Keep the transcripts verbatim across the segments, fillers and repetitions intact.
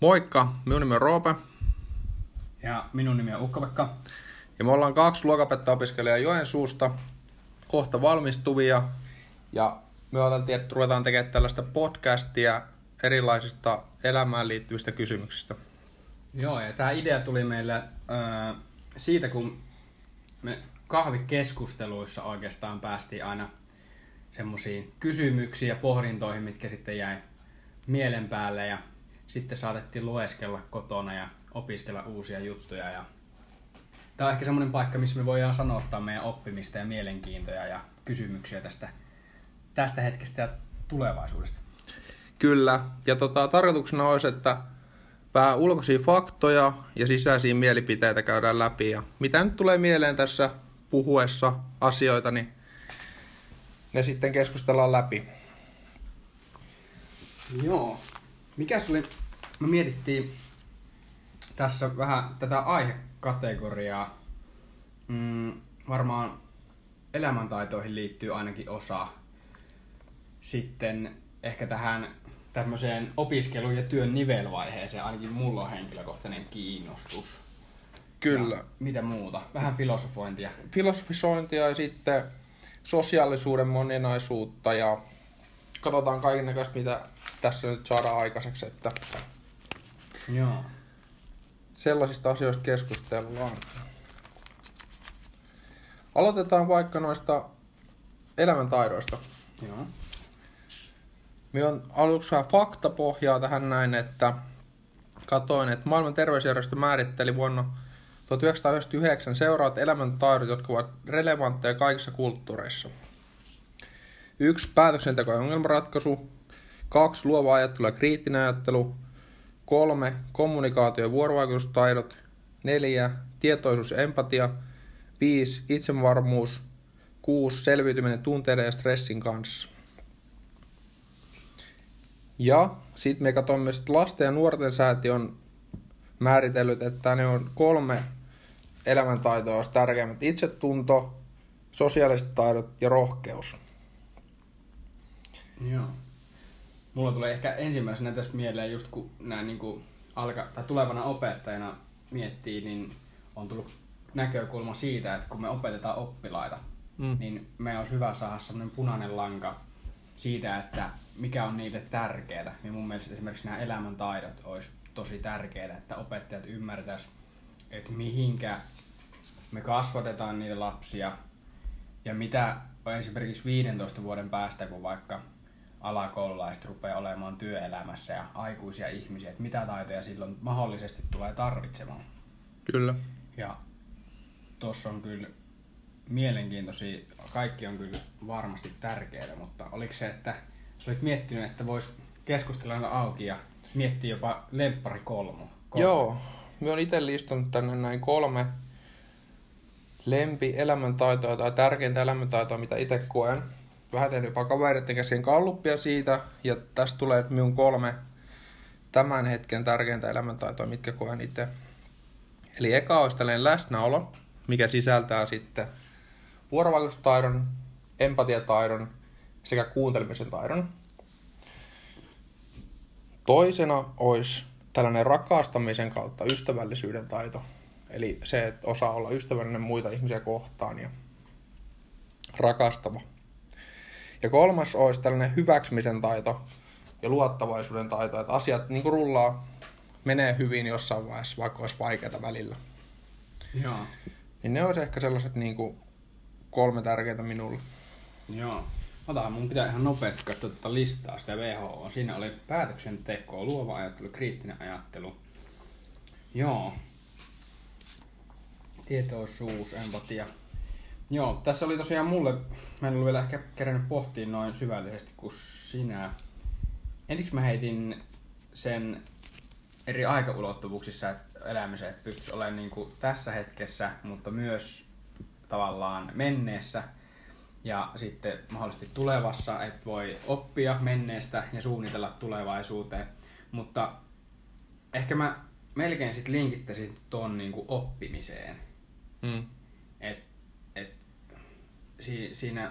Moikka, minun nimi on Roope. Ja minun nimi on Ukko-Pekka. Ja me ollaan kaksi luokanopettajaa-opiskelijaa Joensuusta, kohta valmistuvia. Ja me ajateltiin, että ruvetaan tekemään tällaista podcastia erilaisista elämään liittyvistä kysymyksistä. Joo, ja tämä idea tuli meille äh, siitä, kun me kahvikeskusteluissa oikeastaan päästiin aina semmoisiin kysymyksiin ja pohdintoihin, mitkä sitten jäi mielen päälle. Ja sitten saatettiin lueskella kotona ja opiskella uusia juttuja. Ja tämä on ehkä semmoinen paikka, missä me voidaan sanoittaa meidän oppimista ja mielenkiintoja ja kysymyksiä tästä, tästä hetkestä ja tulevaisuudesta. Kyllä, ja tota, tarkoituksena olisi, että vähän ulkoisia faktoja ja sisäisiä mielipiteitä käydään läpi. Ja mitä nyt tulee mieleen tässä puhuessa asioita, niin ne sitten keskustellaan läpi. Joo. Mikäs oli, me mietittiin tässä vähän tätä aihekategoriaa. Mm, varmaan elämäntaitoihin liittyy ainakin osa. Sitten ehkä tähän tämmöiseen opiskelun ja työn nivelvaiheeseen ainakin mulla on henkilökohtainen kiinnostus. Kyllä. Ja mitä muuta? Vähän filosofointia. Filosofisointia ja sitten sosiaalisuuden moninaisuutta ja katsotaan kaikennäköistä, mitä tässä nyt saadaan aikaiseksi, että Joo. sellaisista asioista keskustellaan. Aloitetaan vaikka noista elämäntaidoista. Joo. Minä on aluksi vähän faktapohjaa tähän näin, että katoin, että maailman terveysjärjestö määritteli vuonna tuhatyhdeksänsataayhdeksänkymmentäyhdeksän seuraavat elämäntaidot, jotka ovat relevantteja kaikissa kulttuureissa. Yksi päätöksenteko ja ongelmanratkaisu. Kaksi luova ajattelu ja kriittinen ajattelu. Kolme kommunikaatio- ja vuorovaikutustaidot. Neljä tietoisuus ja empatia. Viisi itsevarmuus. Kuusi selviytyminen tunteiden ja stressin kanssa. Ja sitten me katsomme myös, että lasten ja nuorten säätiö on määritellyt, että ne on kolme elämäntaitoa, jos tärkeimmät: itsetunto, sosiaaliset taidot ja rohkeus. Joo. Mulla tulee ehkä ensimmäisenä tässä mieleen, just kun näin niin kuin alka, tai tulevana opettajana miettii, niin on tullut näkökulma siitä, että kun me opetetaan oppilaita, mm. niin meidän olisi hyvä saada sellainen punainen lanka siitä, että mikä on niille tärkeää. Niin mun mielestä esimerkiksi nämä elämäntaidot olisi tosi tärkeää, että opettajat ymmärtäisi, että mihinkä me kasvatetaan niitä lapsia ja mitä esimerkiksi viidentoista vuoden päästä, kun vaikka alakoululaiset rupeaa olemaan työelämässä ja aikuisia ihmisiä, että mitä taitoja silloin mahdollisesti tulee tarvitsemaan. Kyllä. Ja tuossa on kyllä mielenkiintoisia, kaikki on kyllä varmasti tärkeää, mutta oliko se, että sä olit miettinyt, että vois keskustella auki ja miettiä jopa lemppari kolmo? kolmo. Joo, mä oon itse listannut tänne näin kolme lempi elämäntaitoa tai tärkeintä elämäntaitoa, mitä itse koen. Vähän tehnyt jopa kavereiden käsien galluppia siitä, ja tästä tulee minun kolme tämän hetken tärkeintä elämäntaitoa, mitkä koen itse. Eli eka olisi tällainen läsnäolo, mikä sisältää sitten vuorovaikutustaidon, empatiataidon sekä kuuntelemisen taidon. Toisena olisi tällainen rakastamisen kautta ystävällisyyden taito. Eli se, että osaa olla ystävällinen muita ihmisiä kohtaan ja rakastava. Ja kolmas olisi tällainen hyväksymisen taito ja luottavaisuuden taito, että asiat niin kuin rullaa, menee hyvin jossain vaiheessa, vaikka olisi vaikeata välillä. Joo. Niin ne olisi ehkä sellaiset niin kuin kolme tärkeää minulle. Joo. Otahan, mun pitää ihan nopeasti katsoa tuota listaa, sitä W H O. Siinä oli päätöksenteko, luova ajattelu, kriittinen ajattelu. Joo. Tietoisuus, empatia. Joo, tässä oli tosiaan mulle, mä en ollut vielä ehkä kerännyt pohtia noin syvällisesti kuin sinä. Ensiksi mä heitin sen eri aikaulottuvuuksissa elämiseen, että pystyisi olemaan niin kuin tässä hetkessä, mutta myös tavallaan menneessä. Ja sitten mahdollisesti tulevassa, että voi oppia menneestä ja suunnitella tulevaisuuteen. Mutta ehkä mä melkein sitten linkittäisin tuon niinku oppimiseen. Mm. Et, et, si, siinä,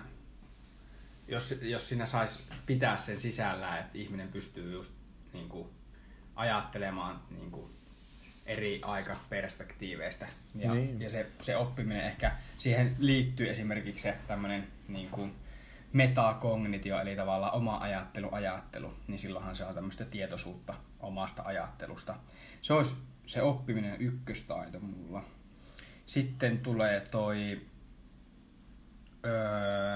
jos, jos siinä saisi pitää sen sisällä, että ihminen pystyy just niinku ajattelemaan niin kuin eri aikaperspektiiveistä. Ja, Niin. ja se, se oppiminen ehkä, siihen liittyy esimerkiksi se tämmöinen niin kuin metakognitio, eli tavallaan oma ajattelu, ajattelu, niin silloinhan se on tämmöistä tietoisuutta omasta ajattelusta. Se olisi se oppiminen ykköstaito mulla. Sitten tulee toi öö,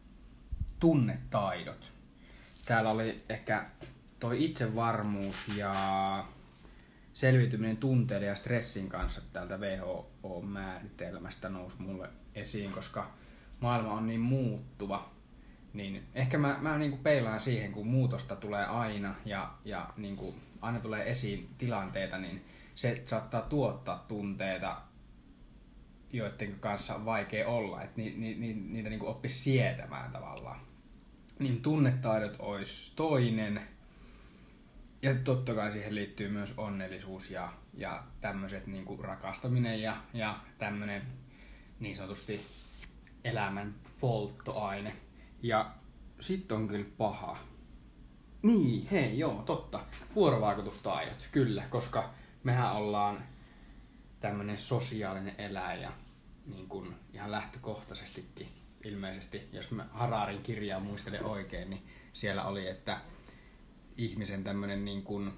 tunnetaidot. Täällä oli ehkä toi itsevarmuus ja selviytyminen tunteiden ja stressin kanssa täältä W H O-määritelmästä nousi mulle esiin, koska maailma on niin muuttuva. Niin ehkä mä, mä niinku peilaan siihen, kun muutosta tulee aina ja, ja niinku aina tulee esiin tilanteita, niin se saattaa tuottaa tunteita, joiden kanssa on vaikea olla, että ni, ni, ni, niitä niinku oppisi sietämään tavallaan. Niin tunnetaidot olisi toinen. Ja totta kai siihen liittyy myös onnellisuus ja, ja tämmöiset niinku rakastaminen ja, ja tämmöinen niin sanotusti elämän polttoaine. Ja sitten on kyllä paha. Niin, hei, joo, totta. Vuorovaikutustaidot, kyllä, koska mehän ollaan tämmönen sosiaalinen eläin ja niin kun ihan lähtökohtaisestikin ilmeisesti, jos mä Hararin kirjaa muistelen oikein, niin siellä oli, että ihmisen tämmönen niin kun,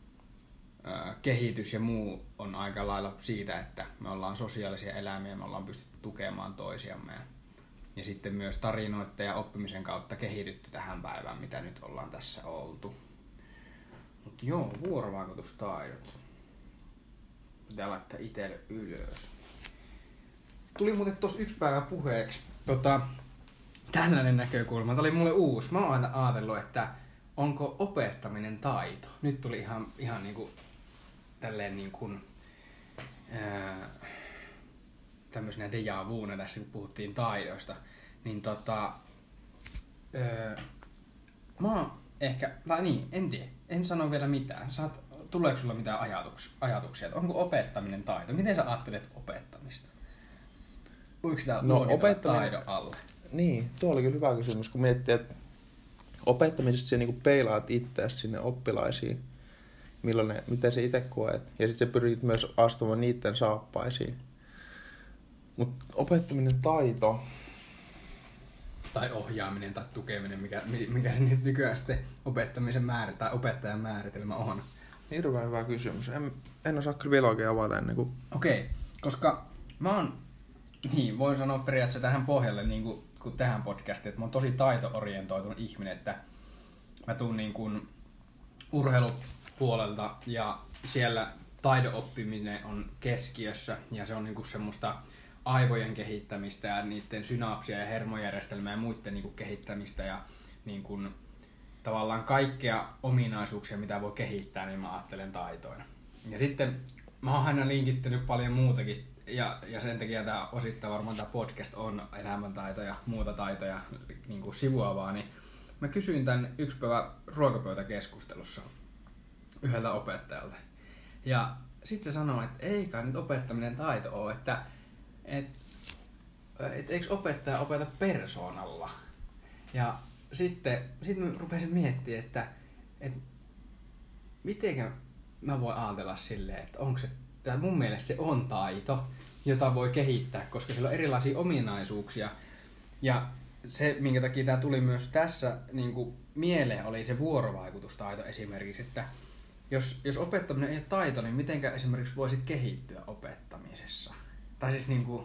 ä, kehitys ja muu on aika lailla siitä, että me ollaan sosiaalisia eläimiä, me ollaan pystytty tukemaan toisiamme. Ja sitten myös tarinoiden ja oppimisen kautta kehitytty tähän päivään, mitä nyt ollaan tässä oltu. Mutta joo, vuorovaikutustaidot. Pitää laittaa itselle ylös. Tuli muuten tossa yksi päivä puheeksi tota, tällainen näkökulma. Tämä oli mulle uusi. Mä oon aina ajatellut, että onko opettaminen taito. Nyt tuli ihan, ihan niinku tälleen niin kuin ää, tämmöisenä deja vuuna tässä, kun puhuttiin taidoista, niin tota, ää, mä oon ehkä, tai niin, en tiedä, en sano vielä mitään. Saat, tuleeko sulla mitään ajatuksia, ajatuksia, että onko opettaminen taito? Miten sä ajattelet opettamista? Voiko sitä no, opettaminen taidon alle? Niin, tuo oli kyllä hyvä kysymys, kun miettii, että opettamisesta sä niinku peilaat itseäsi sinne oppilaisiin, milloin ne, miten sä itse koet, ja sitten sä pyrit myös astumaan niiden saappaisiin. Mutta opettaminen taito. Tai ohjaaminen tai tukeminen, mikä, mikä nyt nykyään sitten opettamisen määrä tai opettajan määritelmä on. Hirveän hyvä kysymys. En, en osaa kyllä vielä oikein avata ennen kuin... Okei, koska mä oon, niin voin sanoa periaatteessa tähän pohjalle, niin kuin, kuin tähän podcastiin, että mä oon tosi taito-orientoitunut ihminen, että mä tuun niin kuin urheilupuolelta ja siellä taidon oppiminen on keskiössä ja se on niin kuin semmoista aivojen kehittämistä ja niiden synapsia ja hermojärjestelmää ja muiden niin kuin kehittämistä ja niin kuin, tavallaan kaikkea ominaisuuksia, mitä voi kehittää, niin mä ajattelen taitoina. Ja sitten mä oon aina linkittänyt paljon muutakin ja, ja sen takia tää osittain varmaan tää podcast on elämäntaito ja muuta taitoja niin kuin sivuavaa, niin mä kysyin tän yksi päivä ruokapöytäkeskustelussa yhdeltä opettajalta. Ja sit se sanoi, että eikä nyt opettaminen taito ole, että et, et eikö opettaja opeta persoonalla? Ja sitten sit mä rupesin miettimään, että et, mitenkä mä voin ajatella silleen, että onko se, tai mun mielestä se on taito, jota voi kehittää, koska sillä on erilaisia ominaisuuksia. Ja se, minkä takia tämä tuli myös tässä niin kuin mieleen, oli se vuorovaikutustaito esimerkiksi, että jos, jos opettaminen ei ole taito, niin mitenkä esimerkiksi voisit kehittyä opettamisessa? Tai siis niinku...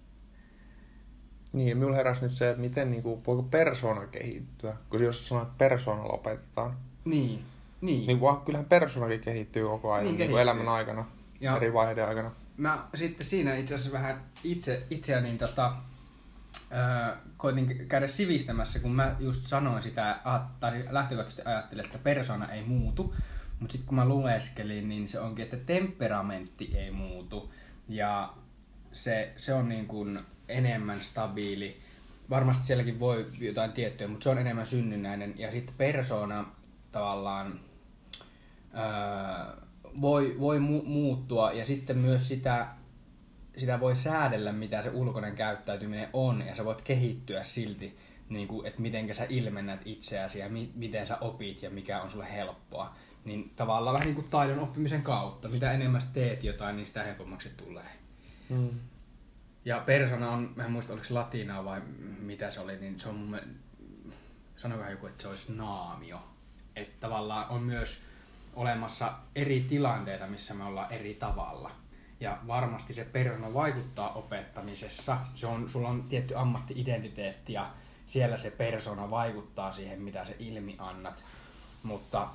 Niin, minulla heräsi nyt se, että miten niinku, voiko persoona kehittyä, kun jos sanoit, että persoonalla opetetaan. Niin, niin. Niin kyllähän persoonakin kehittyy koko ajan niin, niin elämän aikana, ja eri vaiheiden aikana. Mä sitten siinä itse asiassa vähän itse, itseäni tota, ää, koitin käydä sivistämässä, kun mä just sanoin sitä, tai lähtökohtaisesti ajattelin, että persoona ei muutu. Mutta sitten kun mä lueskelin, niin se onkin, että temperamentti ei muutu. Ja se, se on niin kuin enemmän stabiili. Varmasti sielläkin voi jotain tiettyä, mutta se on enemmän synnynnäinen. Ja sitten persoona tavallaan ää, voi, voi mu- muuttua. Ja sitten myös sitä, sitä voi säädellä, mitä se ulkoinen käyttäytyminen on. Ja sä voit kehittyä silti, niin kuin, että miten sä ilmennät itseäsi ja mi- miten sä opit ja mikä on sulle helppoa. Niin tavallaan vähän niin kuin taidon oppimisen kautta. Mitä enemmän teet jotain, niin sitä helpommaksi se tulee. Mm. Ja persona on, mä en muista oliko se latinaa vai mitä se oli, niin se on mun mielestä, sanokaa joku, että se olisi naamio. Että tavallaan on myös olemassa eri tilanteita, missä me ollaan eri tavalla. Ja varmasti se persona vaikuttaa opettamisessa. Se on, sulla on tietty ammatti-identiteetti ja siellä se persona vaikuttaa siihen, mitä se ilmi annat. Mutta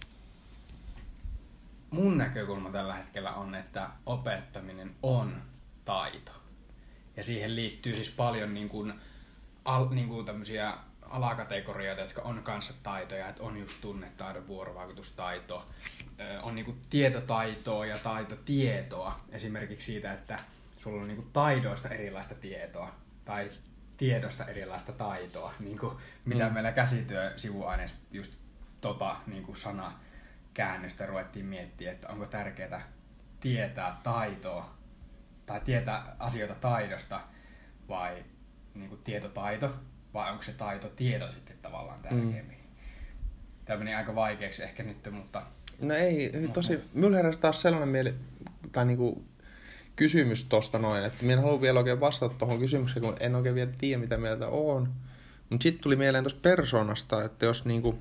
mun näkökulma tällä hetkellä on, että opettaminen on taito. Ja siihen liittyy siis paljon niin kuin, al, niin kuin tämmöisiä alakategorioita, jotka on kanssa taitoja, että on just tunnetaito, vuorovaikutustaito, on niin kuin tietotaitoa ja taitotietoa. Esimerkiksi siitä, että sulla on niin kuin taidoista erilaista tietoa tai tiedosta erilaista taitoa, niin kuin mitä mm. meillä käsityö sivuaineessa just tota niin kuin sanakäännöstä ruvettiin miettimään, että onko tärkeää tietää taitoa tai tietää asioita taidosta vai niin kuin tietotaito, vai onko se taito tieto sitten tavallaan tärkeämmin. Mm. Tämä meni aika vaikeaksi ehkä nyt, mutta... No ei, tosi... Minulla heräsi taas sellainen mieli, tai niinku kysymys tosta noin, että minä en halua vielä oikein vastata tuohon kysymykseen, kun en oikein vielä tiedä, mitä mieltä on. Mutta sitten tuli mieleen tuosta persoonasta, että jos niinku...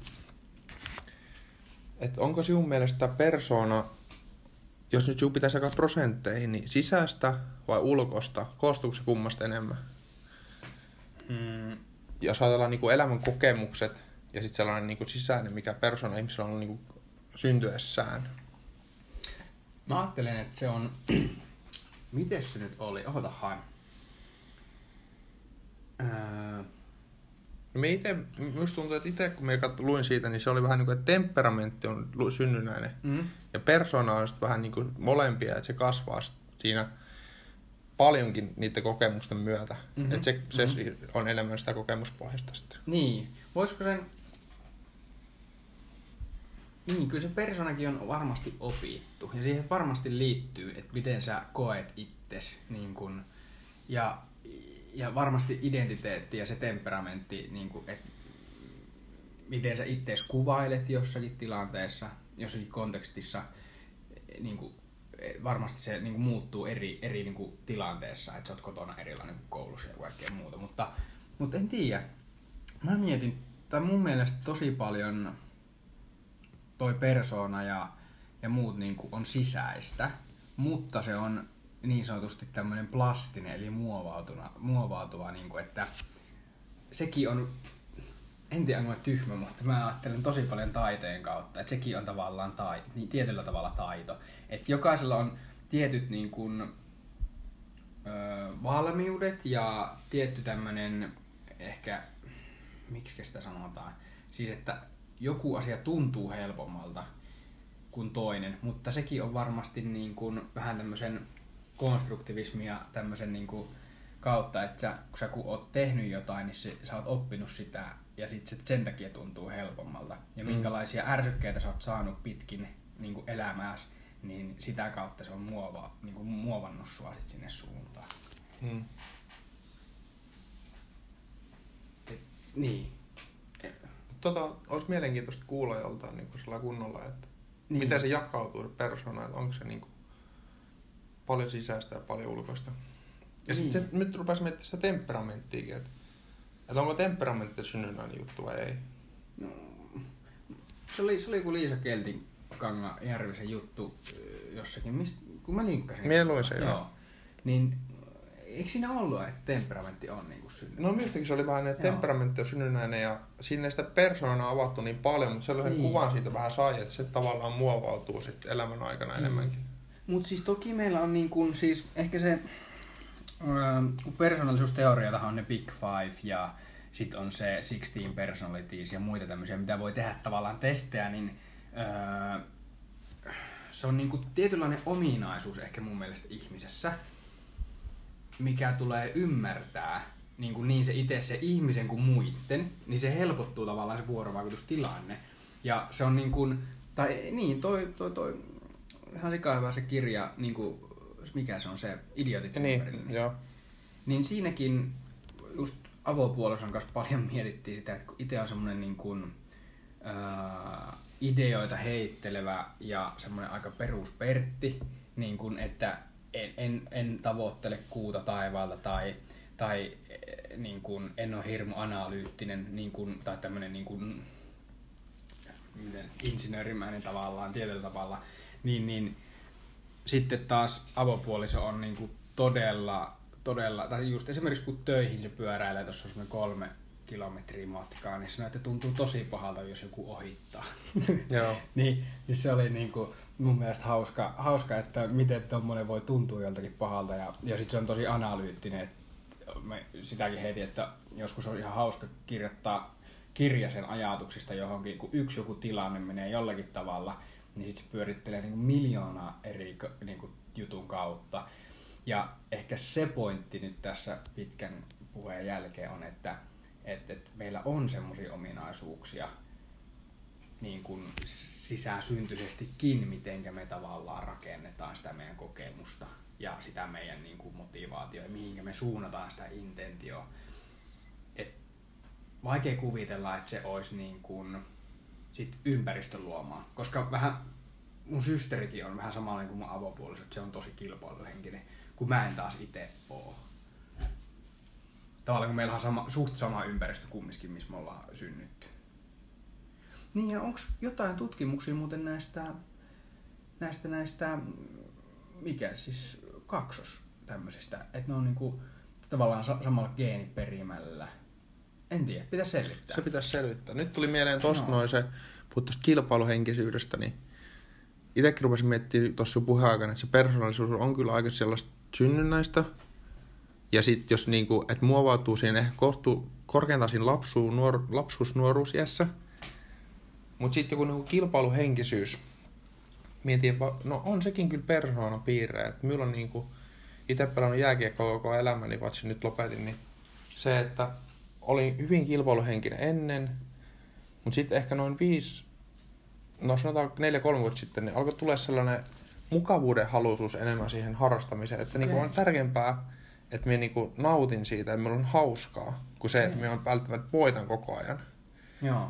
Että onko sinun mielestä persona, jos nyt sinun pitäisi jakaa prosentteihin, niin sisäistä vai ulkosta? Koostuuko se kummasta enemmän? Mm. Jos ajatellaan niinku elämän kokemukset ja sitten sellainen niinku sisäinen, mikä persona ihmisellä on niinku syntyessään. Mä ajattelen, että se on... Mites se nyt oli? Ohotahan. Öö... Me ite, musta tuntuu, että itse kun me luin siitä, niin se oli vähän niin kuin, että temperamentti on synnynnäinen. Mm. Ja persona on sitten vähän niin kuin molempia, että se kasvaa siinä paljonkin niiden kokemusten myötä. Mm-hmm. Että se, se mm-hmm. on enemmän sitä kokemuspohjasta sitten. Niin. Voisiko sen... Niin, kyllä se persoonakin on varmasti opittu. Ja siihen varmasti liittyy, että miten sä koet itses. Niin kun, ja, ja varmasti identiteetti ja se temperamentti, niin kun, että miten sä itses kuvailet jossakin tilanteessa, jossakin kontekstissa. Niin kun, varmasti se niin kun muuttuu eri, eri niin kun tilanteessa, että sä oot kotona erilainen kuin koulussa ja kaikkea muuta. Mutta, mutta en tiedä. Mä mietin, tai mun mielestä tosi paljon... toi persoona ja, ja muut niin kuin on sisäistä, mutta se on niin sanotusti tämmöinen plastinen, eli muovautuva, muovautuva niin kuin, että sekin on, en tiedä onko mä tyhmä, mutta mä ajattelen tosi paljon taiteen kautta, että sekin on tavallaan tai, niin tietyllä tavalla taito. Että jokaisella on tietyt niin kuin, ö, valmiudet ja tietty tämmöinen, ehkä, miksi sitä sanotaan, siis että joku asia tuntuu helpommalta kuin toinen, mutta sekin on varmasti niin kuin vähän tämmöisen konstruktivismia tämmöisen niin kuin kautta, että sä, kun sä kun oot tehnyt jotain, niin se, sä oot oppinut sitä ja sit se sen takia tuntuu helpommalta. Ja mm. minkälaisia ärsykkeitä sä oot saanut pitkin niin kuin elämääsi, niin sitä kautta se on muova, niin kuin muovannut sua sit sinne suuntaan. Mm. Et, niin. Tota, olisi mielenkiintoista kuulla joltain niin sillä kunnolla, että niin. Miten se jakautuu se persona, että onko se niin kuin paljon sisäistä ja paljon ulkoista. Ja niin. Sitten nyt rupesi miettimään sitä temperamenttiakin, että, että onko temperamentti synnynnäinen juttu vai ei? No, se oli, se oli kuin Liisa Keltikangan Järvisen juttu jossakin, mistä, kun mä linkkasin. Mie luin sen, joo. joo. Niin, eikö siinä ollut, että temperamentti on niin kuin synnynnäinen? No minustakin se oli vähän, että temperamentti on synnynnäinen ja sinne sitä persoonaa on avattu niin paljon, mutta sellaisen niin. kuvan siitä vähän sai, että se tavallaan muovautuu sitten elämän aikana niin. enemmänkin. Mutta siis toki meillä on niin kuin, siis ehkä se, kun persoonallisuusteoriatahan on ne Big Five ja sitten on se sixteen personalities ja muita tämmöisiä, mitä voi tehdä tavallaan testejä, niin öö, se on niin kuin tietynlainen ominaisuus ehkä mun mielestä ihmisessä, mikä tulee ymmärtää niin, kuin niin se itse se ihmisen kuin muitten, niin se helpottuu tavallaan se vuorovaikutustilanne. Ja se on niin kuin, tai niin, toi, toi, toi ihan sikaa hyvä se kirja, niin kuin, mikä se on se, Idiotit niin, joo. Niin siinäkin just avopuolison kanssa paljon mietittiin sitä, että itse on semmoinen niin kuin, ää, ideoita heittelevä ja semmoinen aika peruspertti, niin kuin, että en, en, en tavoittele kuuta taivaalta tai, tai niin kuin, en ole hirmu analyyttinen niin kuin, tai tämmöinen niin kuin, miten, insinöörimäinen tavallaan tietyllä tavalla, niin, niin sitten taas avopuoliso on niin kuin todella, todella, tai just esimerkiksi kun töihin se pyöräilee, tuossa on semmoinen kolme kilometriä matkaa, niin sanoi, että tuntuu tosi pahalta, jos joku ohittaa. Joo. niin, niin se oli niin kuin mun mielestä hauska, hauska että miten tommonen voi tuntua joltakin pahalta. Ja, ja sitten se on tosi analyyttinen. Että me sitäkin heitin, että joskus on ihan hauska kirjoittaa kirja sen ajatuksista johonkin, kun yksi joku tilanne menee jollakin tavalla, niin sitten se pyörittelee niin kuin miljoonaa eri niin kuin jutun kautta. Ja ehkä se pointti nyt tässä pitkän puheen jälkeen on, että Että et meillä on semmoisia ominaisuuksia niin kuin sisäsyntyisestikin, mitenkä me tavallaan rakennetaan sitä meidän kokemusta ja sitä meidän niin kuin motivaatioa ja mihinkä me suunnataan sitä intentioa. Et vaikea kuvitella, että se olisi niin kuin sit ympäristön luomaa, koska vähän mun systerikin on vähän samanlainen kuin mun avopuoliso, että se on tosi kilpailuhenkinen, kun mä en taas itse oo. Tavallaan kun meillä on sama, suht sama ympäristö kumminkin, missä me ollaan synnytty. Niin ja onko jotain tutkimuksia muuten näistä, näistä, näistä, mikä siis kaksos tämmöisistä, että ne on niinku tavallaan samalla geeniperimällä. En tiedä, pitäisi selvittää. Se pitäisi selvittää. Nyt tuli mieleen tosta no. noin se, puhut tosta kilpailuhenkisyydestä, niin itsekin rupesin miettimään tuossa puheen aikana, että se persoonallisuus on kyllä aika sellaista synnynnäistä. Ja sitten jos niinku, että muovautuu siihen ehkä kohtu, korkeintaan siinä lapsu, nuor, lapsuus-nuoruusiässä. Mutta sitten joku niinku kilpailuhenkisyys. Mietin, no on sekin kyllä persoonapiirre. Että minulla on niinku, itse pelannut jääkiekkoa koko elämäni, vaikka nyt lopetin, niin se, että olin hyvin kilpailuhenkinen ennen. Mutta sitten ehkä noin viisi, no sanotaan neljä kolme vuotta sitten, niin alkoi tulla sellainen mukavuuden haluisuus enemmän siihen harrastamiseen. Että okay. Niinku on tärkeämpää, että minä niinku nautin siitä, että minulla on hauskaa, kuin se, että minä on välttämättä voitan koko ajan. Joo.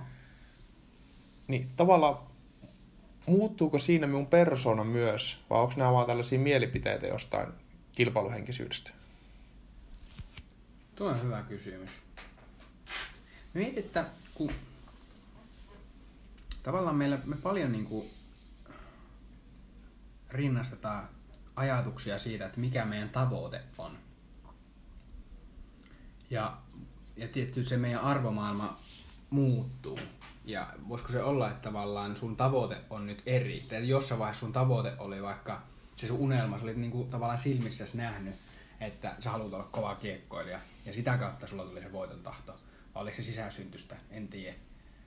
Niin tavallaan, muuttuuko siinä minun persoona myös, vai onko nämä vaan tällaisia mielipiteitä jostain kilpailuhenkisyydestä? Tuo on hyvä kysymys. Mietin, että kun tavallaan meillä me paljon niinku rinnastetaan ajatuksia siitä, että mikä meidän tavoite on. Ja, ja tietysti se meidän arvomaailma muuttuu. Ja voisiko se olla, että tavallaan sun tavoite on nyt eri. Että jossain vaiheessa sun tavoite oli vaikka se sun unelma, sä olit niinku tavallaan silmissäsi nähnyt, että sä haluat olla kova kiekkoilija. Ja sitä kautta sulla tuli se voiton tahto. Vai oliko se sisäsyntystä? En tiedä.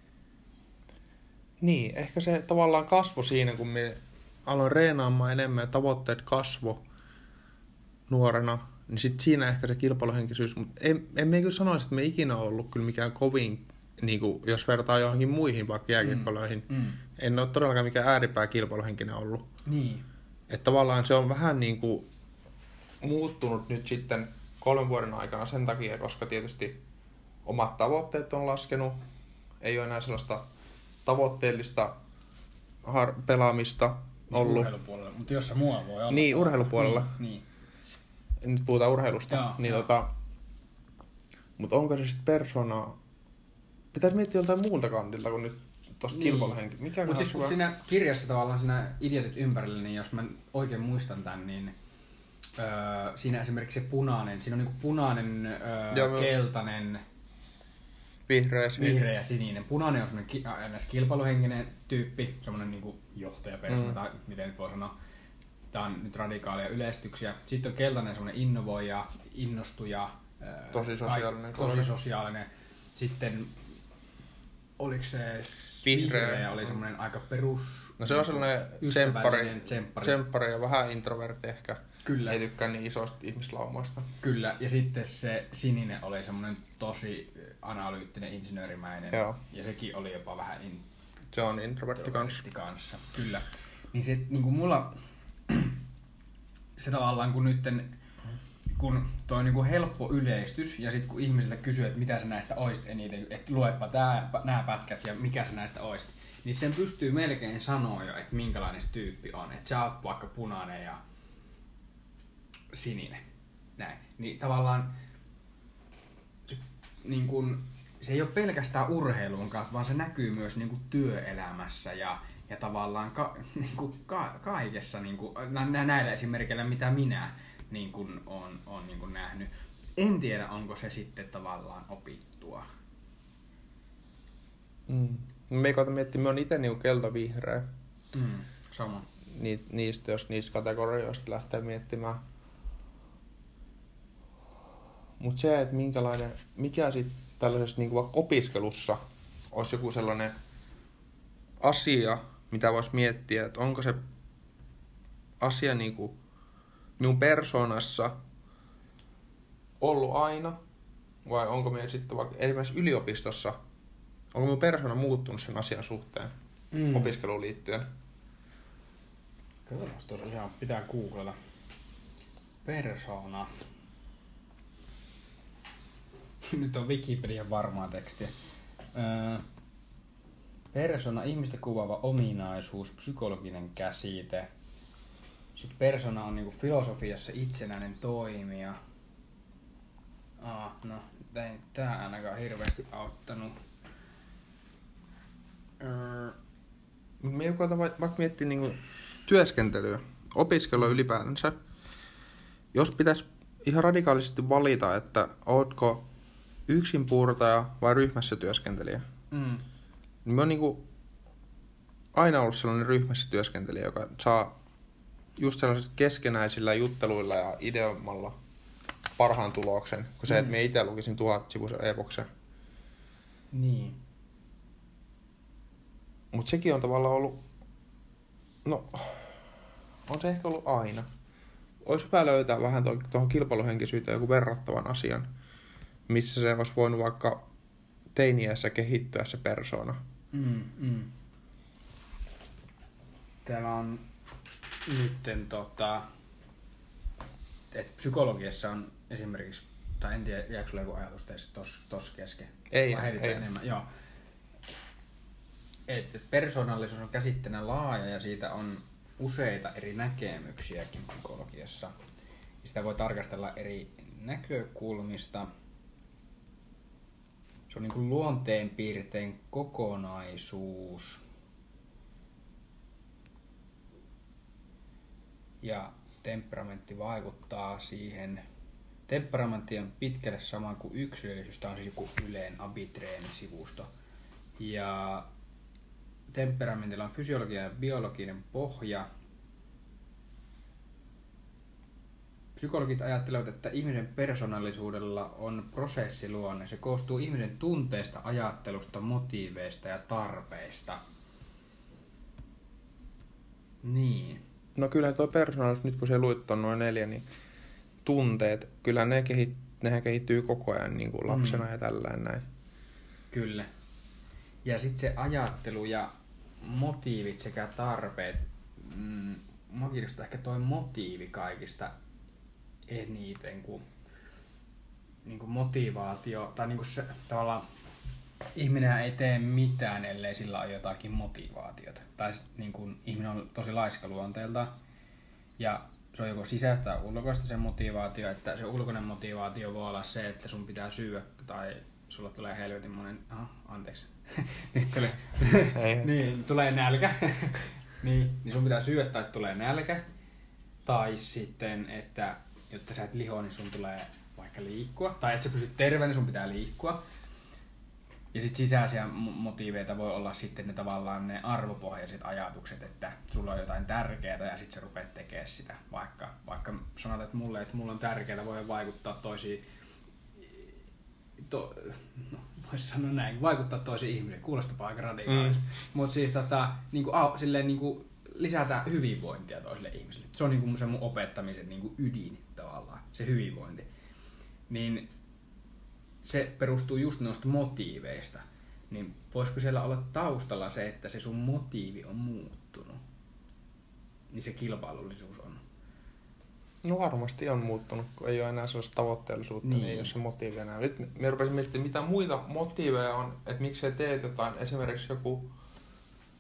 Niin, ehkä se tavallaan kasvo siinä, kun me aloin reenaamaan enemmän ja tavoitteet kasvo nuorena, niin sitten siinä ehkä se kilpailuhenkisyys, mutta en, en me kyllä sanoisi, että me ikinä ole ollut kyllä mikään kovin, niin kuin, jos vertaa johonkin muihin vaikka jääkiekkoiluihin, mm, mm. en ole todellakaan mikään ääripää kilpailuhenkinen ollut. Niin. Että tavallaan se on vähän niin kuin muuttunut nyt sitten kolmen vuoden aikana sen takia, koska tietysti omat tavoitteet on laskenut, ei ole enää sellaista tavoitteellista har- pelaamista ollut. Urheilupuolella, mutta jossain muualla voi olla. Niin, urheilupuolella. Niin, niin. Nyt puhutaan urheilusta. Joo, niin joo. Tota, mutta onko se sitten persoonaa? Pitäisi miettiä joltain muulta kantilta kuin nyt tosta Niin. kilpailuhenki. Mikä Mutta siis kun siinä kirjassa tavallaan siinä idiotit ympärillä, niin jos mä oikein muistan tämän, niin öö, siinä esimerkiksi se punainen, siinä on niinku punainen, öö, Joo, keltainen, vihreä, sininen. vihreä ja sininen. Punainen on semmoinen ki- ns. Kilpailuhenkinen tyyppi, semmoinen niinku johtajapersona, Mm. tai miten nyt voi sanoa. Tää on nyt radikaalia yleistyksiä. Sitten on keltainen semmoinen innovoija, innostuja. öö, Tosi sosiaalinen. Tosi koira. sosiaalinen. Sitten oliko se Vihreä. vihreä oli semmoinen aika perus. No se on sellainen ystävällinen tsemppari, tsemppari. tsemppari ja vähän introvertti ehkä. Kyllä. Ei tykkää niin isoista ihmislaumoista. Kyllä, ja sitten se sininen oli semmoinen tosi analyyttinen, insinöörimäinen. Joo. Ja sekin oli jopa vähän in- Se on introvertti kanssa. introvertti kanssa. Kyllä. Niin se niin kuin mulla se tavallaan kun nytten kun toi on niin kuin helppo yleistys ja sitten kun ihmisiltä kysyy, että mitä sä näistä oisit eniten, että luepa tää, nämä pätkät ja mikä sä näistä oisit, niin sen pystyy melkein sanoa jo, että minkälainen se tyyppi on. Että sä oot vaikka punainen ja sininen. Näin. Niin tavallaan niin kun, se ei ole pelkästään urheilun kanssa, vaan se näkyy myös niin kun työelämässä ja, ja tavallaan ka, niin kun, ka, kaikessa niin kun, nä, näillä esimerkkeillä, mitä minä niin kun, on, on niin kun nähnyt. En tiedä, onko se sitten tavallaan opittua. Mm. Me koitan miettiä, me on itse niinku keltavihreä. Mm, sama. Ni, niistä, jos niistä kategorioista lähtee miettimään. Mut se, että minkälainen, mikä sitten tällaisessa niinku vaikka opiskelussa olisi joku sellainen asia, mitä voisi miettiä, että onko se asia niinku minun persoonassa ollut aina, vai onko me sitten vaikka esimerkiksi yliopistossa, onko minun persoona muuttunut sen asian suhteen mm. opiskeluun liittyen? Kyllä, tuossa ihan pitää googlata. Persoona. Nyt on Wikipedian varmaa tekstiä. Öö, persona, ihmistä kuvaava ominaisuus, psykologinen käsite. Sitten persona on niinku filosofiassa itsenäinen toimija. Ah, no, ei tää ainakaan hirveästi auttanut. Öö, me koitan vaikka miettiä niinku työskentelyä, opiskelua ylipäätänsä. Jos pitäisi ihan radikaalisti valita, että ootko yksinpuurtaja vai ryhmässä työskentelijä, mm. niin mä oon niinku aina ollut sellainen ryhmässä työskentelijä, joka saa just sellaisilla keskenäisillä jutteluilla ja ideoimalla parhaan tuloksen, kuin se, mm. että mä itse lukisin tuhat sivuisen epoksen. Niin. Mut sekin on tavallaan ollut, no, on se ehkä ollut aina. Olisi hyvä löytää vähän tuohon kilpailuhenkisyyteen joku verrattavan asian, missä se olisi voinut vaikka teiniässä kehittyä se persoona. Mm, mm. Täällä on nytten tota, että psykologiassa on esimerkiksi, tai en tiedä, jääkö sulla joku ajatus tossa tos kesken? Ei, ei. Enemmän? Joo. Että persoonallisuus on käsitteenä laaja ja siitä on useita eri näkemyksiäkin psykologiassa. Sitä voi tarkastella eri näkökulmista. Se on niin kuin luonteenpiirteen kokonaisuus. Ja temperamentti vaikuttaa siihen. Temperamentti on pitkälle sama kuin yksilöllisyys. Tämä on siis joku Ylen Abitreen-sivusto. Ja temperamentilla on fysiologinen ja biologinen pohja. Psykologit ajattelevat, että ihmisen persoonallisuudella on prosessiluonne. Se koostuu ihmisen tunteista, ajattelusta, motiiveista ja tarpeista. Niin. No kyllä tuo persoonallisuus, nyt kun se luit on noin neljä, niin tunteet, kyllä ne kehit, nehän kehittyy koko ajan niin kuin lapsena mm. ja tällään näin. Kyllä. Ja sitten se ajattelu ja motiivit sekä tarpeet. Mm, mä kiinnostaa ehkä toi motiivi kaikista eniten, kun niin kuin motivaatio, tai niin kuin se tavallaan ihminenhän ei tee mitään, ellei sillä ole jotakin motivaatiota. Tai niin kuin ihminen on tosi laiska luonteelta ja se on joko sisäistä tai ulkoista se motivaatio, että se ulkoinen motivaatio voi olla se, että sun pitää syödä tai sulla tulee helvetin monen, aha, anteeksi, nyt tulee, niin, tulee nälkä, niin, niin sun pitää syödä tai tulee nälkä, tai sitten, että jotta sä et liho, niin sun tulee vaikka liikkua, tai että sä pysyt terveenä, niin sun pitää liikkua. Ja sitten sisäisiä motiiveita voi olla sitten ne tavallaan ne arvopohjaiset ajatukset, että sulla on jotain tärkeää ja sitten sä rupeat tekemään sitä. Vaikka, vaikka sanotaan, että mulle, että mulla on tärkeää, voi vaikuttaa toisiin, to, no, voisi sanoa näin, vaikuttaa toisiin ihmisiin, kuulostaa aika radikaalista. Mm. Mutta siis tota, niinku, au, silleen, niinku, lisätä hyvinvointia toisille ihmisille. Se on niinku se mun opettamisen niinku ydin tavallaan, se hyvinvointi. Niin se perustuu just noista motiiveista, niin voisiko siellä olla taustalla se, että se sun motiivi on muuttunut? Niin se kilpailullisuus on. No varmasti on muuttunut, kun ei ole enää sellaista tavoitteellisuutta, niin, niin ei ole se motiivi enää. Nyt me rupesin miettimään, mitä muita motiiveja on, että miksei teet jotain, esimerkiksi joku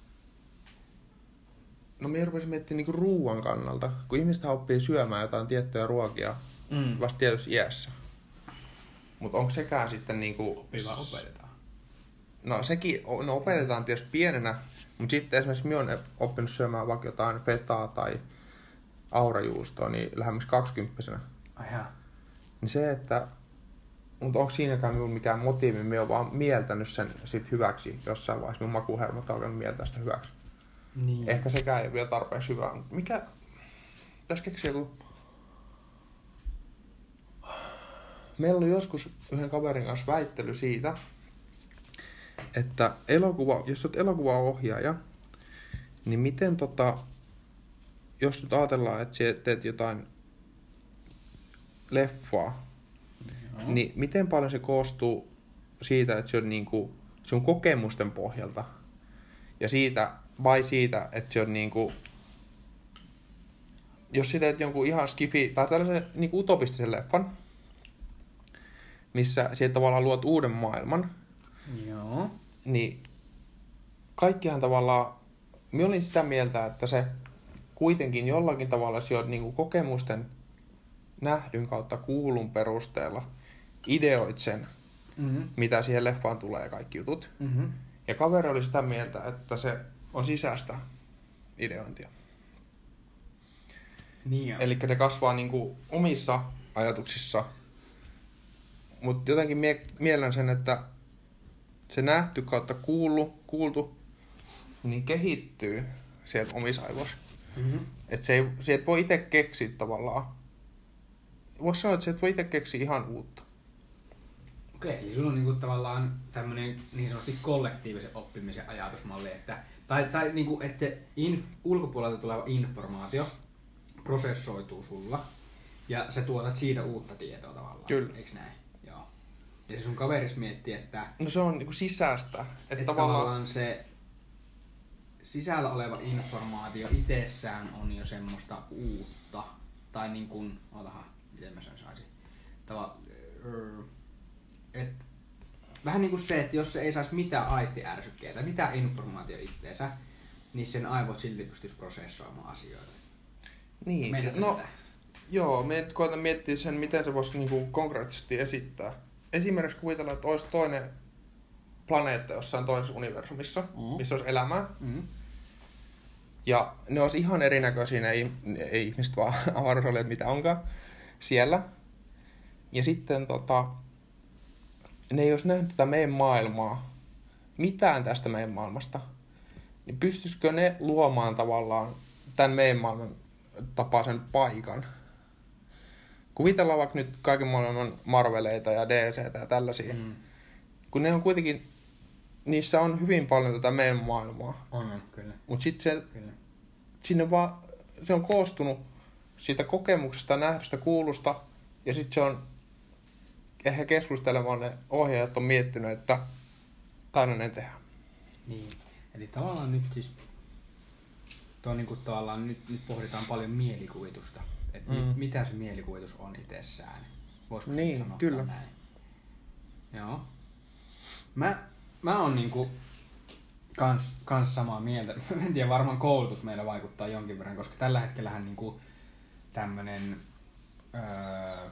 no me rupesin miettimään niinku ruuan kannalta, kun ihmiset oppii syömään jotain tiettyjä ruokia Mm. vasta tietyssä iässä. Mutta onko sekään sitten niinku... Oppii vaan opetetaan. No sekin, no opetetaan tietysti pienenä, mutta sitten esimerkiksi minä olen oppinut syömään vaikka jotain fetaa tai aurajuustoa, niin lähemmäs kaksikymppisenä. Ai jaa. Niin se, että... Mutta onko siinäkään minulla mikään motiivi, minä olen vaan mieltänyt sen sit hyväksi jossain vaiheessa. Minun makuhermot on alkanut mieltää sitä hyväksi. Niin. Ehkä sekään ei ole vielä tarpeeksi hyvää. Mikä... Pitäisi keksiä joku... Meillä oli joskus yhden kaverin kanssa väittely siitä, että elokuva, jos olet elokuvaohjaaja, niin miten tota, jos nyt ajatellaan, että sinä teet jotain leffaa, Joo. niin miten paljon se koostuu siitä, että se on niinku, se on kokemusten pohjalta ja siitä, vai siitä, että se on niinku, jos sinä teet jonkun ihan skifi tai tällaisen niinku utopistisen leffan, missä sinä tavallaan luot uuden maailman, Joo. niin kaikkihan tavallaan, minä olin sitä mieltä, että se kuitenkin jollakin tavalla se on niinku kokemusten nähdyn kautta kuulun perusteella ideoit sen, Mm-hmm. mitä siihen leffaan tulee ja kaikki jutut. Mm-hmm. Ja kaveri oli sitä mieltä, että se on sisäistä ideointia. Niin on. Eli se kasvaa niinku omissa ajatuksissa. Mutta jotenkin mie- miellän sen, että se nähty kautta kuullu, kuultu, niin kehittyy siellä omissa aivoissa. Mm-hmm. Että se ei, se et voi itse keksiä tavallaan. Voisi sanoa, että se et voi itse keksiä ihan uutta. Okei, eli sulla on niinku tavallaan tämmönen niin sanotusti kollektiivisen oppimisen ajatusmalli, että, tai, tai niinku, että se inf, ulkopuolelta tuleva informaatio prosessoituu sulla, ja sä tuotat siitä uutta tietoa tavallaan. Kyllä. Eiks näin? Joo. Ja se sun kaveris miettii, että, No se on niinku sisäistä. Että että tavallaan... tavallaan se sisällä oleva informaatio itsessään on jo semmoista uutta. Tai niin kuin, otahan, miten mä sen saisin. Tava, et, vähän niin kuin se, että jos se ei saisi mitään aistiärsykkeitä, mitään informaatio itteensä, niin sen aivot silti pystyisi prosessoimaan asioita. Niin, Meinaatko no tätä? joo, me koitan miettiä sen, miten se voisi niinku konkreettisesti esittää. Esimerkiksi kuvitella, että olisi toinen planeetta jossain toisessa universumissa, Mm. missä olisi elämää. Mm. Ja ne olisi ihan erinäköisiä, ne ei, ei ihmiset vaan avaruusolijat, mitä onkaan siellä. Ja sitten tota, ne ei olisi nähnyt tätä meidän maailmaa, mitään tästä meidän maailmasta. Niin pystyisikö ne luomaan tavallaan tämän meidän maailman tapaisen paikan? Kuvitellaan vaikka nyt kaiken maailman Marveleita ja D C:tä ja tällaisia. Mm. Kun ne on kuitenkin, niissä on hyvin paljon tätä meidän maailmaa. On, on, kyllä. Mutta sitten se, kyllä. sinne vaan, se on koostunut siitä kokemuksesta, nähdystä, kuulusta. Ja sitten se on ehkä keskustelemaan ne ohjaajat on miettinyt, että tällainen tehdään. Niin. Eli tavallaan nyt siis, tuo niin kuin tavallaan nyt, nyt pohditaan paljon mielikuvitusta. Että Mm. mm. mitä se mielikuvitus on itsessään. Voisiko Niin, sanoa kyllä. näin? Joo. Mä, mä oon niinku kans, kans samaa mieltä. Mä en tiedä, varmaan koulutus meillä vaikuttaa jonkin verran, koska tällä hetkellähän niinku tämmönen öö,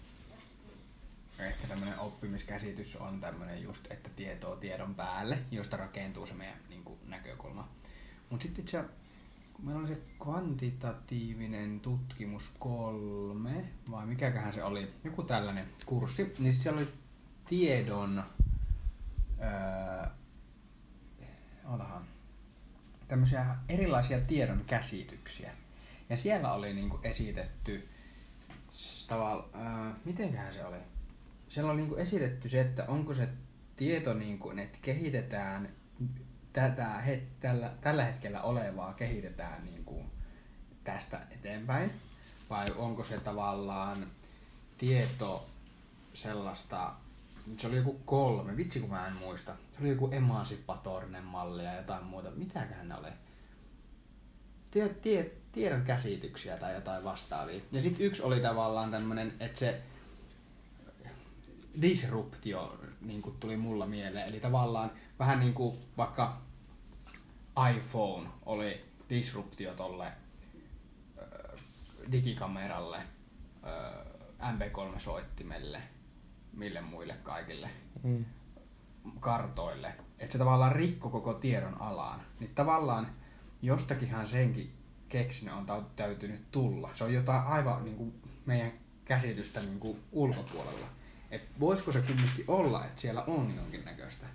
ehkä tämmönen oppimiskäsitys on tämmönen just, että tietoa tiedon päälle, josta rakentuu se meidän niinku näkökulma. Mut sitten itse kun meillä oli se kvantitatiivinen tutkimus kolme, vai mikäköhän se oli, joku tällainen kurssi, niin sit siellä oli tiedon, öö, otahan, tämmöisiä erilaisia tiedon käsityksiä. Ja siellä oli niinku esitetty, tavalla, öö, mitenköhän se oli? Siellä oli niinku esitetty se, että onko se tieto, niinku, että kehitetään tätä het, tällä, tällä hetkellä olevaa kehitetään niin kuin tästä eteenpäin, vai onko se tavallaan tieto sellaista, se oli joku kolme, vitsi kun mä en muista, se oli joku emansipatorinen malli ja jotain muuta, mitäköhän ne oli, tie, tie, tiedon käsityksiä tai jotain vastaavia. Ja sitten yksi oli tavallaan tämmönen, että se disruptio niin kuin tuli mulla mieleen, eli tavallaan vähän niin kuin vaikka iPhone oli disruptio tolle ö, digikameralle, ö, M P kolme soittimelle, mille muille kaikille Mm. kartoille. Että se tavallaan rikko koko tiedon alaan. Niin tavallaan jostakinhan senkin keksinnön on tau- täytynyt tulla. Se on jotain aivan niin kuin meidän käsitystä niin kuin ulkopuolella. Et voisiko se kumminkin olla, että siellä on jonkinnäköistä?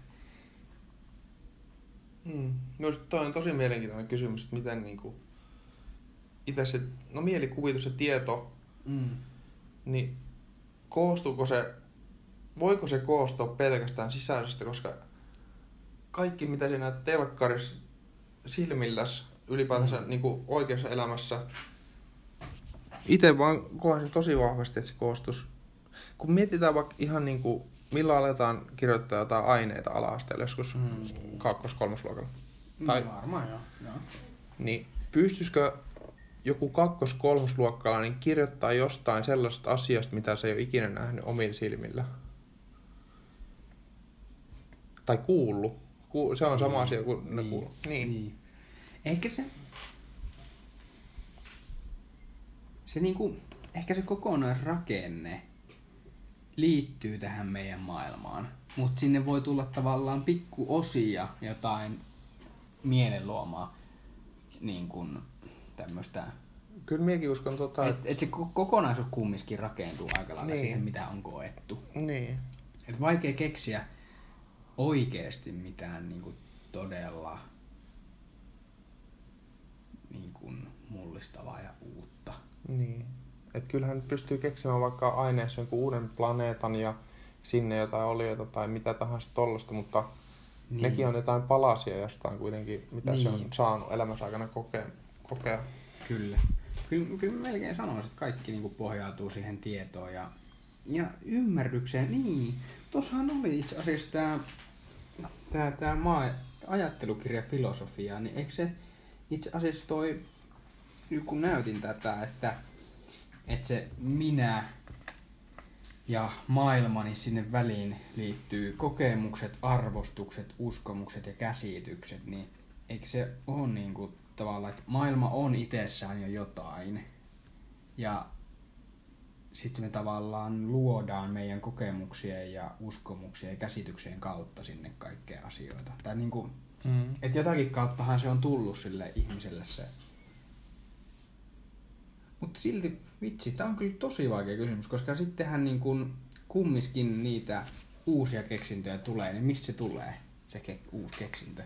Mm. Minusta toi on tosi mielenkiintoinen kysymys, että miten niinku itse se, no mielikuvitus ja tieto, Mm. niin koostuuko se, voiko se koostua pelkästään sisäisestä, koska kaikki mitä sinä näet telkkarissa silmilläs ylipäätänsä mm. niinku oikeassa elämässä, itse vaan koen se tosi vahvasti, että se koostus. Kun mietitään vaikka ihan niinku, milloin aletaan kirjoittaa jotain aineita ala-asteella, joskus mm. kakkos-kolmosluokalla. Tai, varmaan joo. joo. Niin pystyisikö joku kakkos-kolmosluokkalainen kirjoittaa jostain sellaisesta asiasta, mitä se ei ole ikinä nähnyt omilla silmillä? Tai kuullut. Ku, se on sama niin. asia kuin ne niin. kuuluu. Niin. niin. Ehkä se... Se niinku... Ehkä se kokonaisrakenne liittyy tähän meidän maailmaan. Mutta sinne voi tulla tavallaan pikkuosia jotain mielenluomaa niin kuin tämmöistä. Kyllä minäkin uskon tota... Että et se kokonaisuus kumminkin rakentuu aika lailla niin. siihen, mitä on koettu. Niin. Et vaikea keksiä oikeasti mitään niin kuin todella niin kuin mullistavaa ja uutta. Niin. Että kyllähän nyt pystyy keksimään vaikka aineessa jonkun uuden planeetan ja sinne jotain olioita tai mitä tahansa tollasta, mutta niin. nekin on jotain palasia jostain kuitenkin, mitä niin. se on saanut elämänsä aikana kokea. kokea. Kyllä. Kyllä, kyllä melkein sanoisin, että kaikki niin kuin pohjautuu siihen tietoon ja, ja ymmärrykseen. Niin, tossahan oli itse asiassa tämä tää, tää maa, ajattelukirja filosofiaa, niin eikö se itse asiassa toi, kun näytin tätä, että, että se minä ja maailmani sinne väliin liittyy kokemukset, arvostukset, uskomukset ja käsitykset, niin eikö se ole niin kuin tavallaan, että maailma on itsessään jo jotain ja sitten me tavallaan luodaan meidän kokemuksien ja uskomuksien ja käsityksien kautta sinne kaikkea asioita. Tai niin kuin, mm. että jotakin kauttahan se on tullut sille ihmiselle se. Mutta silti, vitsi, tää on kyllä tosi vaikea kysymys, koska sittenhän niin kuin kumminkin niitä uusia keksintöjä tulee, niin mistä se tulee, se ke- uusi keksintö?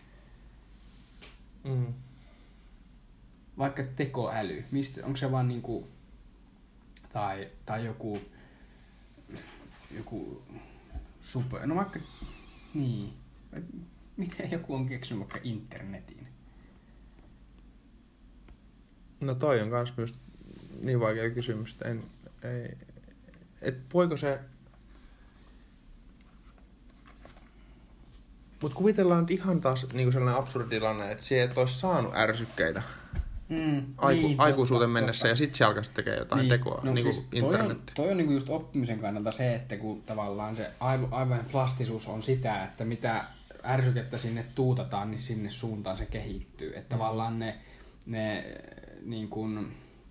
Mm. Vaikka tekoäly, mistä, onko se vaan niinku, tai, tai joku, joku super, no vaikka, niin, miten joku on keksinyt vaikka internetin? No toi on kans myös niin vaikea kysymys, että en, ei, et voiko se... Mut kuvitellaan nyt ihan taas niinku sellainen absurdi tilanne, että se et ois saanut ärsykkeitä mm, aiku, niin, aikuisuuteen totta, mennessä totta. ja sit se alkaisi tekemään jotain niin, tekoa, no, niinku siis internetti. Toi on, toi on niinku just oppimisen kannalta se, että kun tavallaan se aivo, aivojen plastisuus on sitä, että mitä ärsykettä sinne tuutataan, niin sinne suuntaan se kehittyy. Että mm. tavallaan ne, ne niin kun,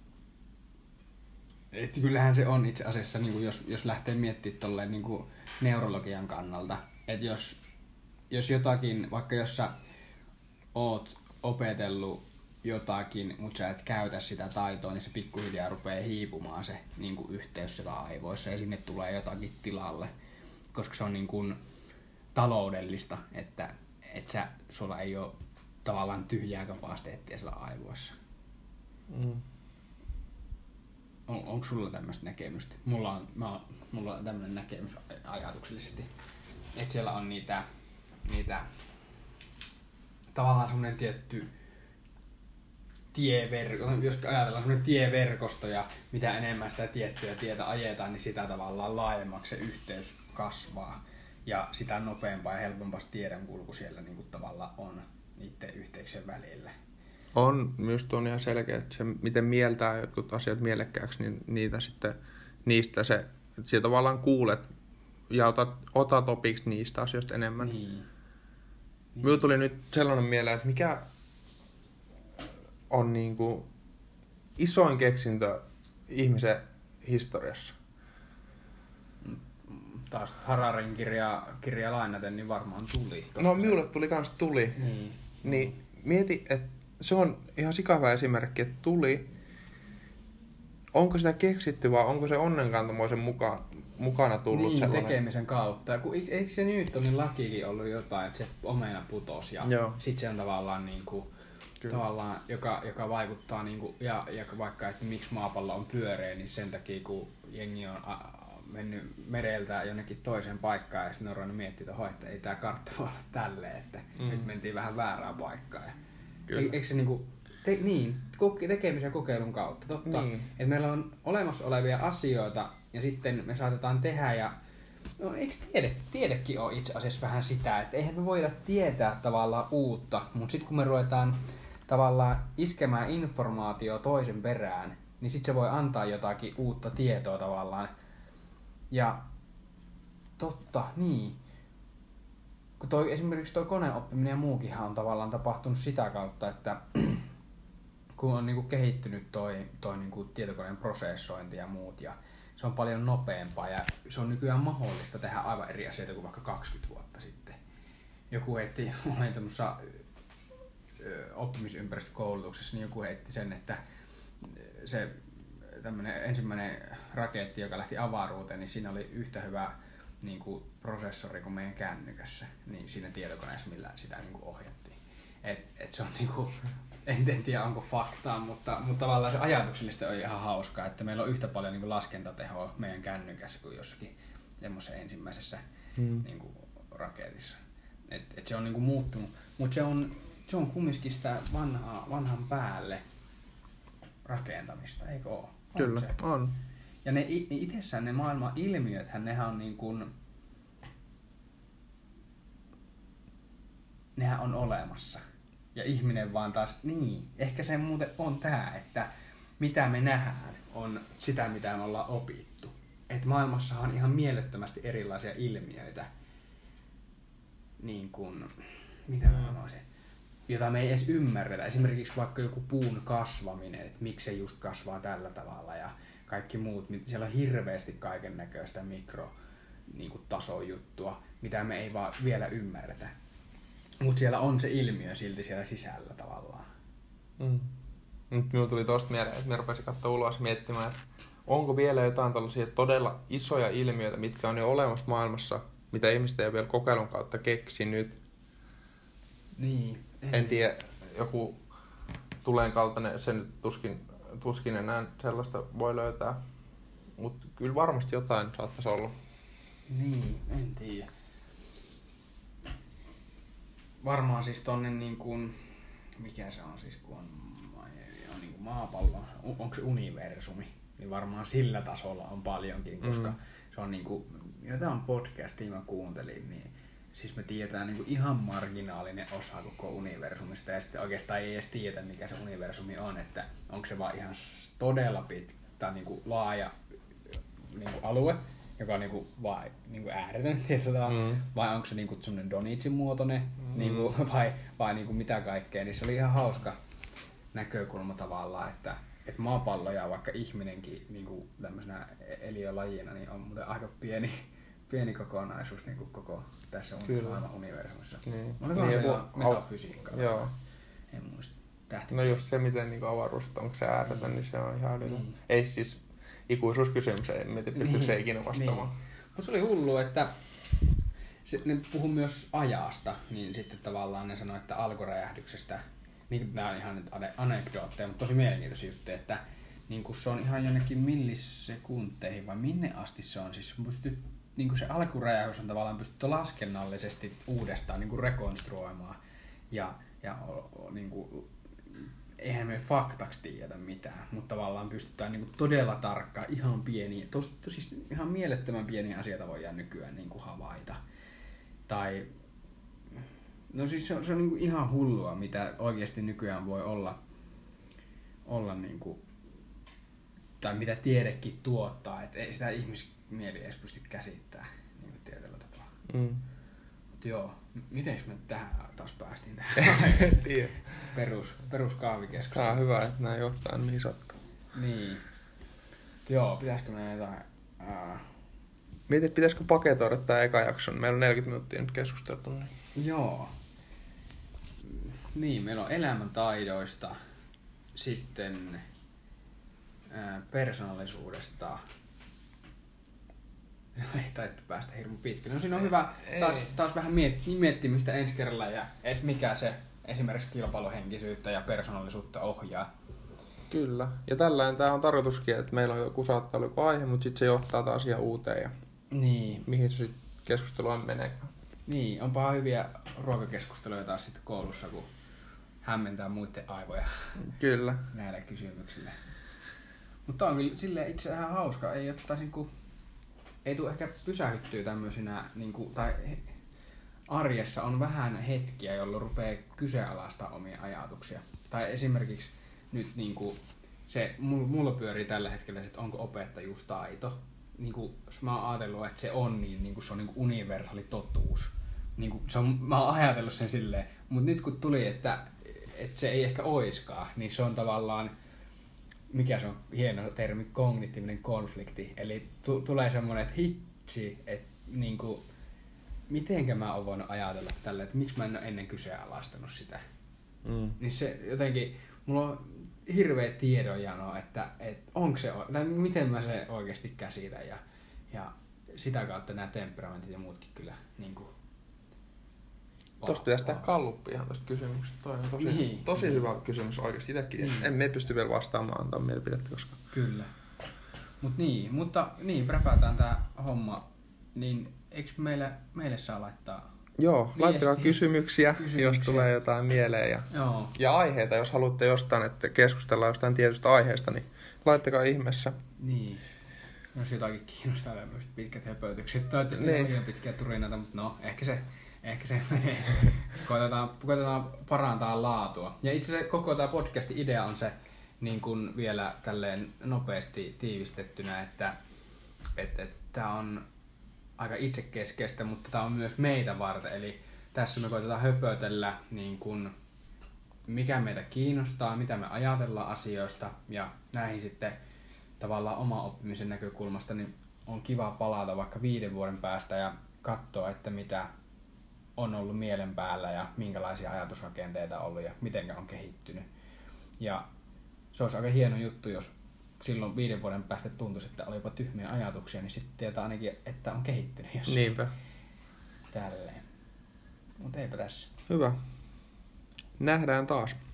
että kyllähän se on itse asiassa, niin kun jos, jos lähtee miettimään tolleen niin kun neurologian kannalta, että jos, jos jotakin, vaikka jos sä oot opetellut jotakin, mutta sä et käytä sitä taitoa, niin se pikkuhiljaa rupeaa hiipumaan se niin kuin yhteys siellä aivoissa ja sinne tulee jotakin tilalle, koska se on niin kuin taloudellista, että et sä, sulla ei ole tavallaan tyhjää kapasiteettia siellä aivoissa. Mm. On, onko sulla tämmöistä näkemystä? Mulla on, mä, mulla on tämmöinen näkemys ajatuksellisesti, että siellä on niitä, niitä tavallaan semmoinen tietty tieverko, jos ajatellaan semmoinen tieverkosto ja mitä enemmän sitä tiettyä tietä ajetaan, niin sitä tavallaan laajemmaksi se yhteys kasvaa ja sitä nopeampaa ja helpompaa tiedonkulku siellä niin kuin tavallaan on niiden yhteyksien välillä. On myös on ihan selkeä, että se miten mieltää jotkut asiat mielekkääksi, niin niitä sitten, niistä se, että tavallaan kuulet ja otat, otat opiksi niistä asioista enemmän. Niin. Minulle tuli nyt sellainen mieleen, että mikä on niinku isoin keksintö ihmisen historiassa. Taas Hararin kirja, kirja lainaten, niin varmaan tuli. No minulle tuli kans tuli. Niin. Niin mieti, että se on ihan sikavä esimerkki, että tuli. Onko sitä keksitty vai onko se onnenkantamoisen muka, mukana tullut niin, sellainen? tekemisen kautta. Ja kun, eikö se Newtonin lakikin ollut jotain, että se omena putosi ja Joo. sit se on tavallaan niinku, tavallaan, joka, joka vaikuttaa niinku, ja, ja vaikka, että miksi maapallo on pyöreä, niin sen takia kun jengi on a, mennyt mereltä jonnekin toiseen paikkaan ja sitten on ruvennut miettimään, että ei tää kartta voi olla tälleen, että mm. nyt mentiin vähän väärään paikkaan. Ja, e, eikö se niinku, te, niin, tekemisen ja kokeilun kautta, totta, niin. että meillä on olemassa olevia asioita ja sitten me saatetaan tehdä ja no eikö tiede, tiedekin ole itse asiassa vähän sitä, että eihän me voida tietää tavallaan uutta, mutta sitten kun me ruvetaan tavallaan iskemään informaatio toisen perään, niin sitten se voi antaa jotakin uutta tietoa tavallaan. Ja totta, niin. Kun toi, esimerkiksi tuo koneoppiminen ja muukinhan on tavallaan tapahtunut sitä kautta, että kun on niinku kehittynyt toi, toi niinku tietokoneen prosessointi ja muut, ja se on paljon nopeampaa ja se on nykyään mahdollista tehdä aivan eri asioita kuin vaikka kaksikymmentä vuotta sitten. Joku heitti, olin tämmöisessä oppimisympäristökoulutuksessa, niin joku heitti sen, että se tämmöinen ensimmäinen raketti, joka lähti avaruuteen, niin siinä oli yhtä hyvä niin kuin prosessori kuin meidän kännykässä, niin siinä tietokoneessa, millä sitä niin kuin ohjattiin. Et, et se on niin kuin, en, en tiedä onko faktaa, mutta, mutta tavallaan se ajatuksellisesti on ihan hauskaa, että meillä on yhtä paljon niin kuin laskentatehoa meidän kännykässä kuin jossakin semmoisessa ensimmäisessä hmm. niin kuin raketissa. Et, et se on niin kuin muuttunut, mutta se on, se on kumminkin sitä vanhaa, vanhan päälle rakentamista, eikö ole? On Kyllä, se. on. Ja ne itsessään ne maailman ilmiöthän, nehän on niin kuin, nehän on olemassa. Ja ihminen vaan taas, niin, ehkä se muuten on tää, että mitä me nähdään on sitä, mitä me ollaan opittu. Että maailmassa on ihan mielettömästi erilaisia ilmiöitä, niin kuin, mitä mä sanoisin, jota me ei edes ymmärretä. Esimerkiksi vaikka joku puun kasvaminen, että miksi se just kasvaa tällä tavalla ja kaikki muut. Siellä on hirveästi kaiken näköistä mikro niin kuin tason juttua, mitä me ei vaan vielä ymmärretä. Mutta siellä on se ilmiö silti siellä sisällä tavallaan. Mm. Nyt minulle tuli tosta mieleen, että minä rupesin katsoa ulos miettimään, että onko vielä jotain tällaisia todella isoja ilmiöitä, mitkä on jo olemassa maailmassa, mitä ihmiset ei ole vielä kokeilun kautta keksinyt. Niin. En, en tiedä, joku tuleen kaltainen, se nyt tuskin, tuskin enää sellaista voi löytää. Mutta kyllä varmasti jotain saattaisi olla. Niin, en tiedä. Varmaan siis tonne niin kuin, mikä se on siis, kun on, on niin kuin maapallo, onko se universumi, niin varmaan sillä tasolla on paljonkin, koska mm. se on niin kuin, jotain podcastia mä kuuntelin, niin siis me tiedetään niin kuin ihan marginaalinen osa koko universumista ja sitten oikeastaan ei edes tiedä, mikä se universumi on, että onko se vaan ihan todella pitkä tai niin kuin laaja niin kuin alue, joka on niinku vai niinku ääretön tietyllä mm. vai onko se niinku semmoinen Donitsin muotoinen mm. niinku vai vai niinku mitä kaikkea, niin se oli ihan hauska näkökulma tavallaan, että että maapallo ja vaikka ihminenkin niinku tämmöisenä eliölajina niin on muuten aika pieni pieni kokonaisuus niinku koko tässä maailman universumissa. Niin. Oliko niin, se ihan metafysiikkaa? Joo. En muista. Tähti. No just se miten niinku avaruus, onko se ääretön, niin, niin se on ihan älytön. Niin. Ei siis ikuisuuskysymys, en tiedä pystyykö niin, se ikinä vastaamaan. Niin. Mutta se oli hullu, että se, ne puhuu myös ajasta, niin sitten tavallaan ne sanoi, että alkuräjähdyksestä, niin nämä on ihan nyt anekdootteja, mutta tosi mielenkiintoisia juttuja, että niin kun se on ihan jonnekin millisekunteihin vai minne asti se on, siis pystyt, niin kun se alkuräjähdys on tavallaan pystytty laskennallisesti uudestaan niin kun rekonstruoimaan ja, ja niin kun, eihän me faktaksi tiedetä mitään, mutta tavallaan pystytään niin kuin todella tarkkaan, ihan pieniä, tos, siis ihan mielettömän pieniä asioita voidaan nykyään niin kuin havaita. Tai, no siis se on, se on niin kuin ihan hullua, mitä oikeasti nykyään voi olla, olla niin kuin, tai mitä tiedekin tuottaa, että ei sitä ihmismieli edes pysty käsittämään niin kuin tietyllä tapaa. Mm. Mut joo, mitenks me tähän taas päästiin tähän? Tiedä. Perus, perus kahvikeskustelu. Tää on hyvä, että näin johtaa mihin sattuu. Niin. Joo, pitäisikö meidän jotain... Ää... Mietit, että pitäisikö paketoida tää eka jakson? Meillä on neljäkymmentä minuuttia nyt keskusteltu. Niin. Joo. Niin, meillä on elämäntaidoista, sitten ää, persoonallisuudesta. Ei taittu päästä hirmu pitkälle. No siinä on hyvä taas, taas vähän miet- miettimistä ensi kerralla, ja et mikä se esimerkiksi kilpailuhenkisyyttä ja persoonallisuutta ohjaa. Kyllä. Ja tällainen tää on tarkoituskin, että meillä on joku saattaa olla joku aihe, mutta sitten se johtaa taas ihan uuteen ja Niin. mihin se sitten keskustelua meneekään. Niin, onpa hyviä ruokakeskusteluja taas sitten koulussa, kun hämmentää muiden aivoja Kyllä. näillä kysymyksillä. Mutta on kyllä silleen itse ihan hauska, ei ottaisin kun ei tule ehkä pysähyttyä tämmöisinä, niin kuin, tai arjessa on vähän hetkiä, jolloin rupeaa kyseenalaistaa omia ajatuksia. Tai esimerkiksi nyt niin kuin, se, mulla pyörii tällä hetkellä, että onko opettajuustaito. Niin kuin, jos mä oon ajatellut, että se on, niin, niin kuin, se on niin kuin universaali totuus. Niin kuin, se on, mä oon ajatellut sen silleen, mutta nyt kun tuli, että, että se ei ehkä oiskaan, niin se on tavallaan, mikä se on hieno termi, kognitiivinen konflikti. Eli t- tulee semmoinen, että hitsi, että niinku, mitenkä mä oon voinut ajatella tällä, että miksi mä en ole ennen kyseenalaistanut sitä. Mm. Niin se jotenkin, mulla on hirveä tiedonjano, että, että onko se, tai miten mä se oikeasti käsitän. Ja, ja sitä kautta nämä temperamentit ja muutkin kyllä niinku, Tuosta pitäisi tehdä kalluppi ihan tästä kysymyksestä. Toi on tosi, niin, tosi niin. hyvä kysymys oikeasti. Itsekin niin. En me pysty vielä vastaamaan antaa mielipidettä koskaan. Kyllä. Mut niin, mutta niin, präpätään tää homma. Niin eikö meille, meille saa laittaa Joo, viestiä, laittakaa kysymyksiä, kysymyksiä, jos tulee jotain mieleen. Ja, Joo. ja aiheita, jos haluatte jostain, että keskustellaan jostain tietystä aiheesta, niin laittakaa ihmeessä. Niin. Jos jotakin kiinnostaa tämmöiset pitkät höpötykset. Toivottavasti Niin. ne on liian pitkiä turinoita, mutta no, ehkä se, ehkä se menee. Koitetaan, koitetaan parantaa laatua. Ja itse asiassa koko tämä podcastin idea on se, niin kuin vielä tälleen nopeasti tiivistettynä, että että tämä on aika itsekeskeistä, mutta tämä on myös meitä varten. Eli tässä me koitetaan höpötellä, niin kuin, mikä meitä kiinnostaa, mitä me ajatellaan asioista, ja näihin sitten tavallaan oma oppimisen näkökulmasta niin on kiva palata vaikka viiden vuoden päästä ja katsoa, että mitä on ollut mielen päällä ja minkälaisia ajatusrakenteita on ollut ja miten on kehittynyt. Ja se olisi aika hieno juttu, jos silloin viiden vuoden päästä tuntuisi, että olipa tyhmiä ajatuksia, niin sitten tietää ainakin, että on kehittynyt jossain. Niinpä. Tälleen. Mutta eipä tässä. Hyvä. Nähdään taas.